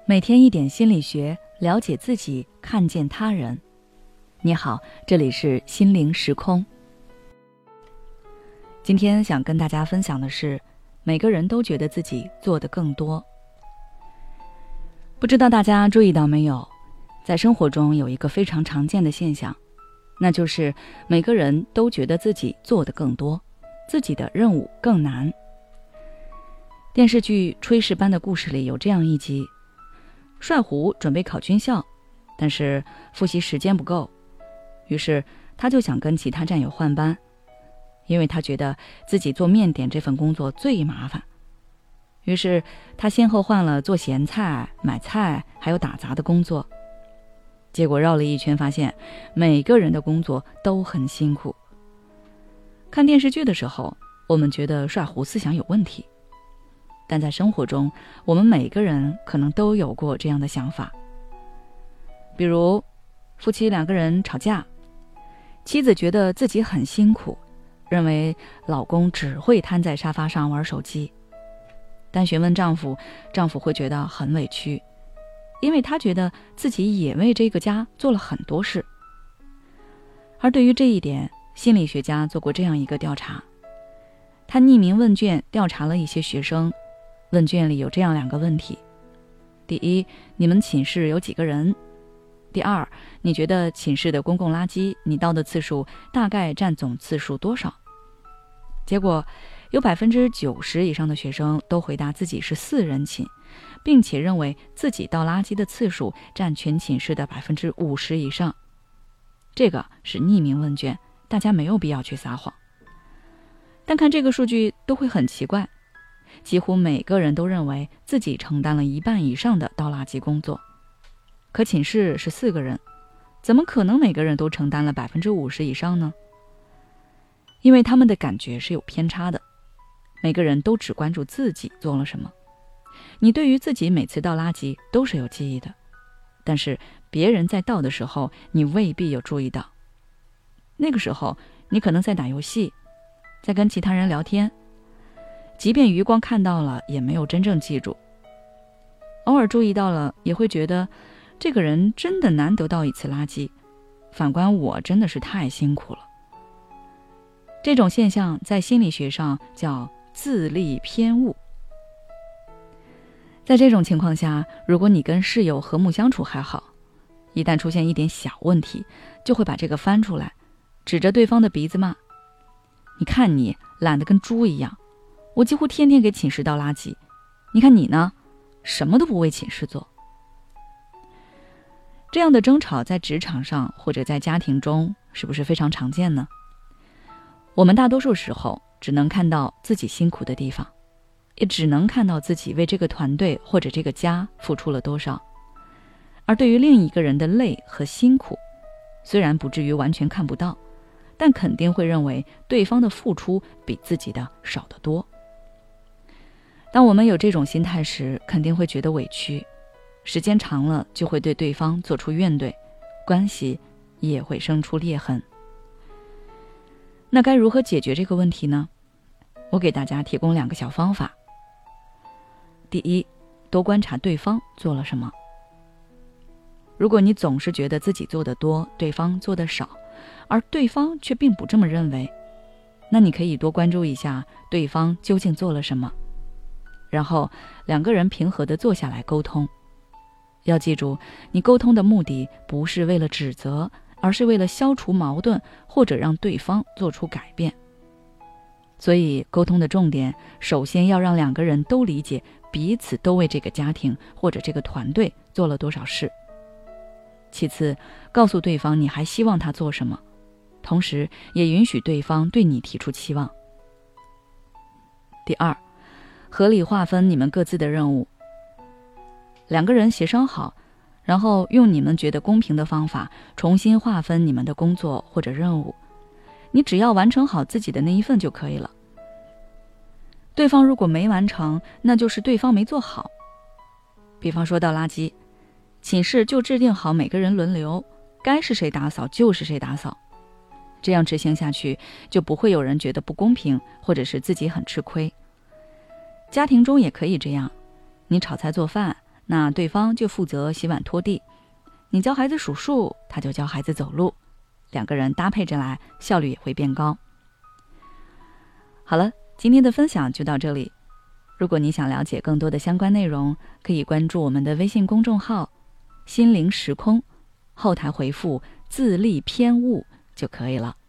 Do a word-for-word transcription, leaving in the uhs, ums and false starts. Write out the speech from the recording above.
每天一点心理学，了解自己，看见他人。你好，这里是心灵时空。今天想跟大家分享的是，每个人都觉得自己做得更多。不知道大家注意到没有，在生活中有一个非常常见的现象，那就是每个人都觉得自己做得更多，自己的任务更难。电视剧《炊事班的故事》里有这样一集，帅虎准备考军校，但是复习时间不够，于是他就想跟其他战友换班，因为他觉得自己做面点这份工作最麻烦。于是他先后换了做咸菜、买菜还有打杂的工作，结果绕了一圈发现每个人的工作都很辛苦。看电视剧的时候，我们觉得帅虎思想有问题，但在生活中，我们每个人可能都有过这样的想法。比如夫妻两个人吵架，妻子觉得自己很辛苦，认为老公只会瘫在沙发上玩手机，但询问丈夫，丈夫会觉得很委屈，因为他觉得自己也为这个家做了很多事。而对于这一点，心理学家做过这样一个调查，他匿名问卷调查了一些学生，问卷里有这样两个问题：第一，你们寝室有几个人？第二，你觉得寝室的公共垃圾你倒的次数大概占总次数多少？结果有百分之九十以上的学生都回答自己是四人寝，并且认为自己倒垃圾的次数占全寝室的百分之五十以上。这个是匿名问卷，大家没有必要去撒谎。但看这个数据都会很奇怪，几乎每个人都认为自己承担了一半以上的倒垃圾工作。可寝室是四个人，怎么可能每个人都承担了百分之五十以上呢？因为他们的感觉是有偏差的，每个人都只关注自己做了什么。你对于自己每次倒垃圾都是有记忆的，但是别人在倒的时候，你未必有注意到。那个时候，你可能在打游戏，在跟其他人聊天，即便余光看到了，也没有真正记住。偶尔注意到了，也会觉得这个人真的难得倒一次垃圾，反观我真的是太辛苦了。这种现象在心理学上叫自利偏误。在这种情况下，如果你跟室友和睦相处还好，一旦出现一点小问题，就会把这个翻出来，指着对方的鼻子骂：你看你懒得跟猪一样，我几乎天天给寝室倒垃圾，你看你呢，什么都不为寝室做。这样的争吵在职场上或者在家庭中是不是非常常见呢？我们大多数时候只能看到自己辛苦的地方，也只能看到自己为这个团队或者这个家付出了多少。而对于另一个人的累和辛苦，虽然不至于完全看不到，但肯定会认为对方的付出比自己的少得多。当我们有这种心态时，肯定会觉得委屈，时间长了就会对对方做出怨怼，关系也会生出裂痕。那该如何解决这个问题呢？我给大家提供两个小方法。第一，多观察对方做了什么。如果你总是觉得自己做得多，对方做得少，而对方却并不这么认为，那你可以多关注一下对方究竟做了什么，然后两个人平和地坐下来沟通。要记住，你沟通的目的不是为了指责，而是为了消除矛盾，或者让对方做出改变。所以沟通的重点，首先要让两个人都理解彼此都为这个家庭或者这个团队做了多少事。其次，告诉对方你还希望他做什么，同时也允许对方对你提出期望。第二，合理划分你们各自的任务。两个人协商好，然后用你们觉得公平的方法重新划分你们的工作或者任务，你只要完成好自己的那一份就可以了。对方如果没完成，那就是对方没做好。比方说倒垃圾，寝室就制定好每个人轮流，该是谁打扫就是谁打扫。这样执行下去，就不会有人觉得不公平，或者是自己很吃亏。家庭中也可以这样，你炒菜做饭， 那对方就负责洗碗拖地，你教孩子数数，他就教孩子走路，两个人搭配着来，效率也会变高。好了，今天的分享就到这里。如果你想了解更多的相关内容，可以关注我们的微信公众号心灵时空，后台回复自立偏误就可以了。